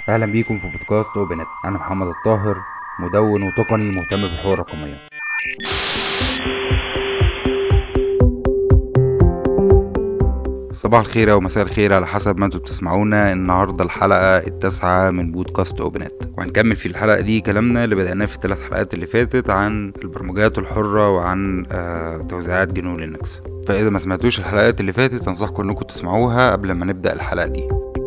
اهلا بيكم في بودكاست اوبنت. انا محمد الطاهر، مدون وتقني مهتم بالحقوق الرقميه. صباح الخير او مساء الخير على حسب ما انتوا بتسمعونا. النهارده الحلقه التاسعة من بودكاست اوبنت، وهنكمل في الحلقه دي كلامنا اللي بدأناه في الثلاث حلقات اللي فاتت عن البرمجيات الحره وعن توزيعات جنو لينكس. فاذا ما سمعتوش الحلقات اللي فاتت انصحكم انكم تسمعوها قبل ما نبدأ الحلقه دي.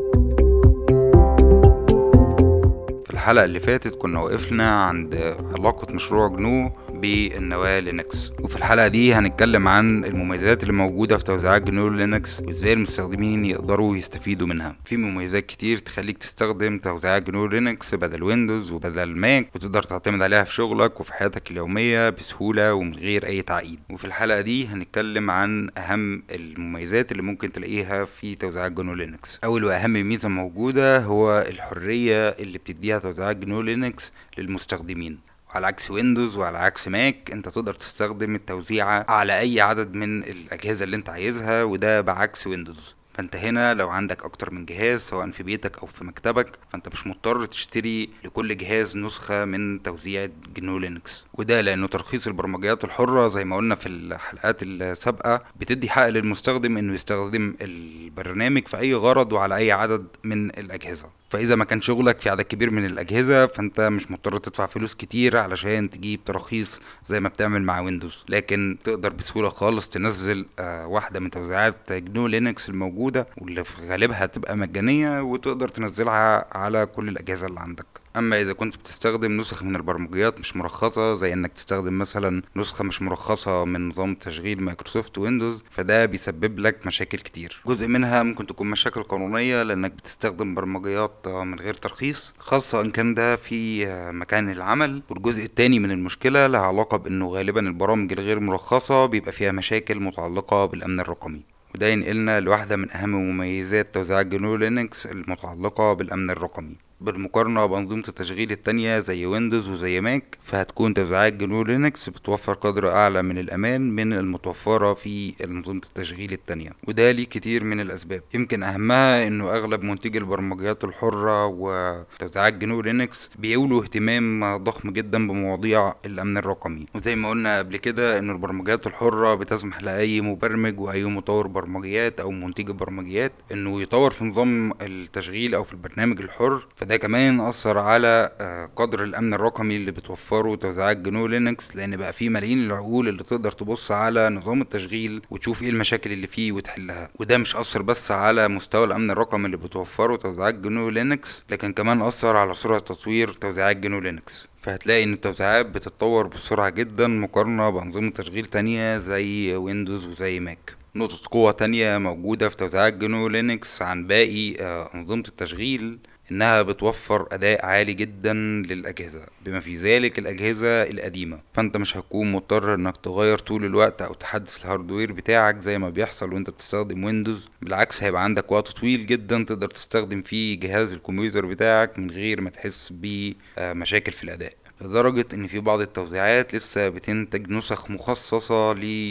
في الحلقة اللي فاتت كنا وقفنا عند علاقة مشروع جنو بالنواة لينكس، وفي الحلقة دي هنتكلم عن المميزات اللي موجودة في توزيعات جنو لينكس وازاي المستخدمين يقدروا يستفيدوا منها. في مميزات كتير تخليك تستخدم توزيعات جنو لينكس بدل ويندوز وبدل ماك، وتقدر تعتمد عليها في شغلك وفي حياتك اليومية بسهولة ومن غير أي تعقيد. وفي الحلقة دي هنتكلم عن أهم المميزات اللي ممكن تلاقيها في توزيعات جنو لينكس. أول وأهم ميزة موجودة هو الحرية اللي بتديها توزيعات جنو لينكس للمستخدمين. على عكس ويندوز وعلى عكس ماك، انت تقدر تستخدم التوزيعة على اي عدد من الاجهزة اللي انت عايزها، وده بعكس ويندوز. فانت هنا لو عندك اكتر من جهاز سواء في بيتك او في مكتبك، فانت مش مضطر تشتري لكل جهاز نسخة من توزيع جنو لينكس، وده لانه ترخيص البرمجيات الحرة زي ما قلنا في الحلقات السابقة بتدي حق للمستخدم انه يستخدم البرنامج في اي غرض وعلى اي عدد من الاجهزة. فاذا ما كان شغلك في عدد كبير من الاجهزه، فانت مش مضطر تدفع فلوس كتير علشان تجيب تراخيص زي ما بتعمل مع ويندوز، لكن تقدر بسهوله خالص تنزل واحده من توزيعات جنو لينكس الموجوده واللي في غالبها هتبقى مجانيه، وتقدر تنزلها على كل الاجهزه اللي عندك. اما اذا كنت بتستخدم نسخ من البرمجيات مش مرخصه، زي انك تستخدم مثلا نسخه مش مرخصه من نظام تشغيل مايكروسوفت ويندوز، فده بيسبب لك مشاكل كتير. جزء منها ممكن تكون مشاكل قانونيه لانك بتستخدم برمجيات من غير ترخيص، خاصه ان كان ده في مكان العمل. والجزء التاني من المشكله لها علاقه بانه غالبا البرامج الغير مرخصه بيبقى فيها مشاكل متعلقه بالامن الرقمي، وده ينقلنا لواحدة من أهم مميزات توزيعات جنو لينكس المتعلقة بالأمن الرقمي. بالمقارنة بأنظمة التشغيل التانية زي ويندوز وزي ماك، فهتكون توزيعات جنو لينكس بتوفر قدر أعلى من الأمان من المتوفرة في أنظمة التشغيل التانية، وده ليه كتير من الأسباب. يمكن أهمها إنه أغلب منتجي البرمجيات الحرة وتوزيعات جنو لينكس بيولوا اهتمام ضخم جدا بمواضيع الأمن الرقمي، وزي ما قلنا قبل كده إنه البرمجيات الحرة بتسمح لأي مبرمج وأي مطور برمجيات أو منتج برمجيات إنه يطور في نظام التشغيل أو في البرنامج الحر. فده كمان أثر على قدر الأمن الرقمي اللي بتوفره توزيعات جنو لينكس، لأن بقى فيه ملايين العقول اللي تقدر تبص على نظام التشغيل وتشوف إيه المشاكل اللي فيه وتحلها. وده مش أثر بس على مستوى الأمن الرقمي اللي بتوفره توزيعات جنو لينكس، لكن كمان أثر على سرعة تطوير توزيعات جنو لينكس. فهتلاقي ان التوزيعات بتتطور بسرعة جدا مقارنة بأنظمة تشغيل تانية زي ويندوز وزي ماك. نقطة قوة تانية موجودة في توزيعات جنو لينكس عن باقي أنظمة التشغيل إنها بتوفر أداء عالي جدا للأجهزة، بما في ذلك الأجهزة القديمة. فأنت مش هتكون مضطر إنك تغير طول الوقت أو تحدث الهاردوير بتاعك زي ما بيحصل وأنت بتستخدم ويندوز. بالعكس، هيبقى عندك وقت طويل جدا تقدر تستخدم فيه جهاز الكمبيوتر بتاعك من غير ما تحس بمشاكل في الأداء، لدرجة ان في بعض التوزيعات لسه بتنتج نسخ مخصصة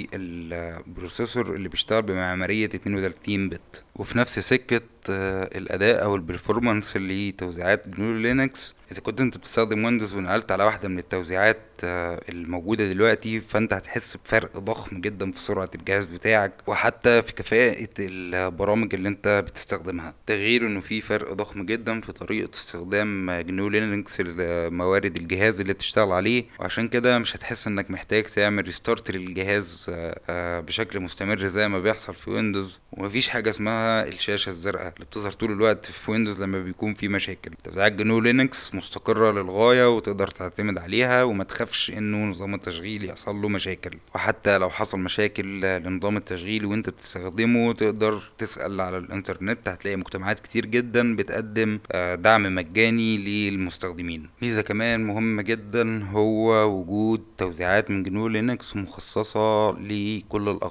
للبروسيسور اللي بيشتغل بمعمارية 32 بت. وفي نفس سكة الاداء او البرفورمانس اللي توزيعات جنو لينكس، اذا كنت انت بتستخدم ويندوز ونقلت على واحدة من التوزيعات الموجودة دلوقتي، فانت هتحس بفرق ضخم جدا في سرعة الجهاز بتاعك وحتى في كفاءة البرامج اللي انت بتستخدمها. تغيير انه في فرق ضخم جدا في طريقة استخدام جنو لينكس لموارد الجهاز اللي بتشتغل عليه، وعشان كده مش هتحس انك محتاج تعمل ريستارت للجهاز بشكل مستمر زي ما بيحصل في ويندوز. ومفيش حاجة اسمها الشاشة الزرقاء اللي بتظهر طول الوقت في ويندوز لما بيكون في مشاكل. توزيعات جنو لينكس مستقرة للغاية وتقدر تعتمد عليها وما تخافش انه نظام التشغيل يحصل له مشاكل. وحتى لو حصل مشاكل لنظام التشغيل وانت بتستخدمه، تقدر تسأل على الانترنت، هتلاقي مجتمعات كتير جدا بتقدم دعم مجاني للمستخدمين. ميزة كمان مهمة جدا هو وجود توزيعات من جنو لينكس مخصصة لكل الأغراض.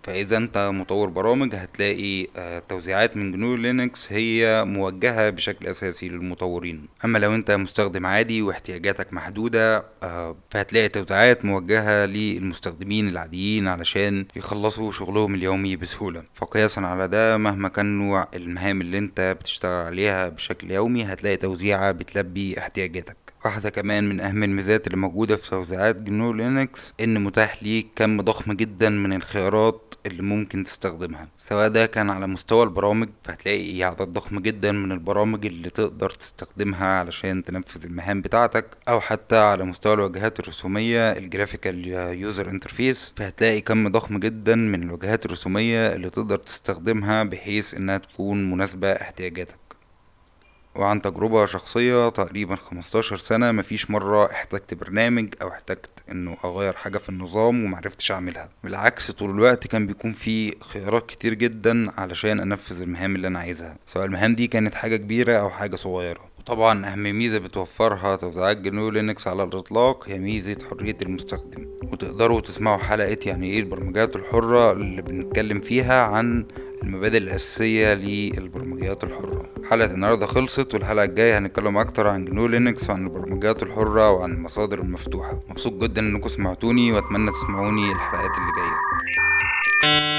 فاذا انت مطور برامج هتلاقي توزيعات من جنو لينكس هي موجهة بشكل اساسي للمطورين. اما لو انت مستخدم عادي واحتياجاتك محدودة فهتلاقي توزيعات موجهة للمستخدمين العاديين علشان يخلصوا شغلهم اليومي بسهولة. فقياسا على ده مهما كان نوع المهام اللي انت بتشتغل عليها بشكل يومي هتلاقي توزيعة بتلبي احتياجاتك. واحدة كمان من أهم الميزات اللي موجودة في توزيعات جنو لينكس إن متاح ليك كم ضخم جدا من الخيارات اللي ممكن تستخدمها، سواء ده كان على مستوى البرامج فهتلاقي عدد ضخم جدا من البرامج اللي تقدر تستخدمها علشان تنفذ المهام بتاعتك، أو حتى على مستوى الواجهات الرسومية الجرافيكال يوزر انترفيس فهتلاقي كم ضخم جدا من الواجهات الرسومية اللي تقدر تستخدمها بحيث إنها تكون مناسبة احتياجاتك. وعن تجربة شخصية تقريبا 15 سنة مفيش مرة احتجت برنامج او احتجت انه اغير حاجة في النظام ومعرفتش اعملها، بالعكس طول الوقت كان بيكون في خيارات كتير جدا علشان انفذ المهام اللي انا عايزها، سواء المهام دي كانت حاجة كبيرة او حاجة صغيرة. وطبعا اهم ميزة بتوفرها توزيعات جنو لينكس على الاطلاق هي ميزة حرية المستخدم. وتقدروا تسمعوا حلقة يعني ايه البرمجيات الحرة اللي بنتكلم فيها عن المبادئ الأساسية للبرمجيات الحرة. حلقة النهاردة خلصت، والحلقة الجاية هنتكلم أكتر عن جنو لينكس وعن البرمجيات الحرة وعن المصادر المفتوحة. مبسوط جدا إنكم سمعتوني وأتمنى تسمعوني الحلقات اللي جاية.